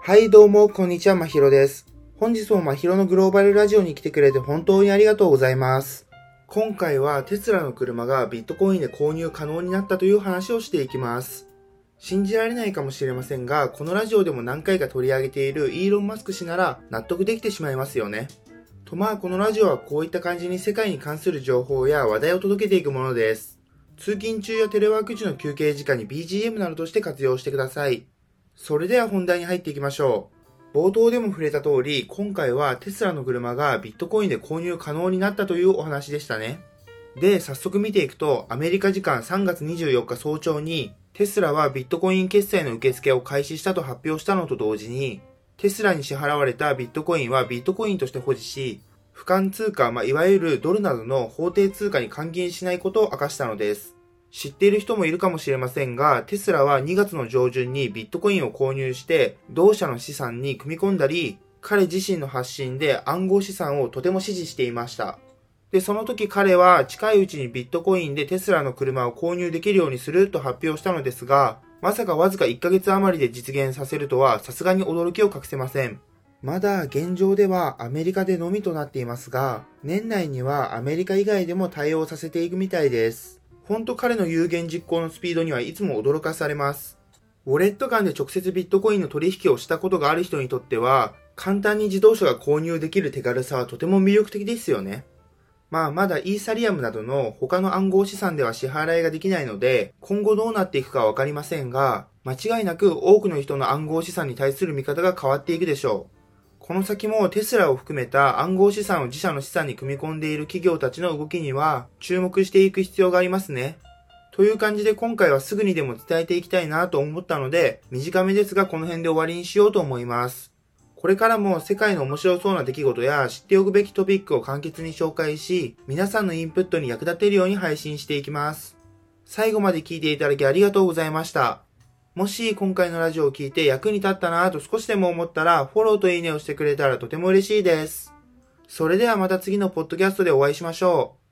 はい、どうも、こんにちは、まひろです。本日もまひろのグローバルラジオに来てくれて本当にありがとうございます。今回はテスラの車がビットコインで購入可能になったという話をしていきます。信じられないかもしれませんが、このラジオでも何回か取り上げているイーロン・マスク氏なら納得できてしまいますよね。とこのラジオはこういった感じに世界に関する情報や話題を届けていくものです。通勤中やテレワーク時の休憩時間に BGM などとして活用してください。それでは本題に入っていきましょう。冒頭でも触れた通り、今回はテスラの車がビットコインで購入可能になったというお話でしたね。で、早速見ていくと、アメリカ時間3月24日早朝に、テスラはビットコイン決済の受付を開始したと発表したのと同時に、テスラに支払われたビットコインはビットコインとして保持し、俯瞰通貨、いわゆるドルなどの法定通貨に換金しないことを明かしたのです。知っている人もいるかもしれませんが、テスラは2月の上旬にビットコインを購入して、同社の資産に組み込んだり、彼自身の発信で暗号資産をとても支持していました。で、その時彼は近いうちにビットコインでテスラの車を購入できるようにすると発表したのですが、まさかわずか1ヶ月余りで実現させるとはさすがに驚きを隠せません。まだ現状ではアメリカでのみとなっていますが、年内にはアメリカ以外でも対応させていくみたいです。ほんと彼の有言実行のスピードにはいつも驚かされます。ウォレット間で直接ビットコインの取引をしたことがある人にとっては、簡単に自動車が購入できる手軽さはとても魅力的ですよね。まだイーサリアムなどの他の暗号資産では支払いができないので、今後どうなっていくかはわかりませんが、間違いなく多くの人の暗号資産に対する見方が変わっていくでしょう。この先もテスラを含めた暗号資産を自社の資産に組み込んでいる企業たちの動きには注目していく必要がありますね。という感じで今回はすぐにでも伝えていきたいなと思ったので、短めですがこの辺で終わりにしようと思います。これからも世界の面白そうな出来事や知っておくべきトピックを簡潔に紹介し、皆さんのインプットに役立てるように配信していきます。最後まで聞いていただきありがとうございました。もし今回のラジオを聞いて役に立ったなぁと少しでも思ったらフォローといいねをしてくれたらとても嬉しいです。それではまた次のポッドキャストでお会いしましょう。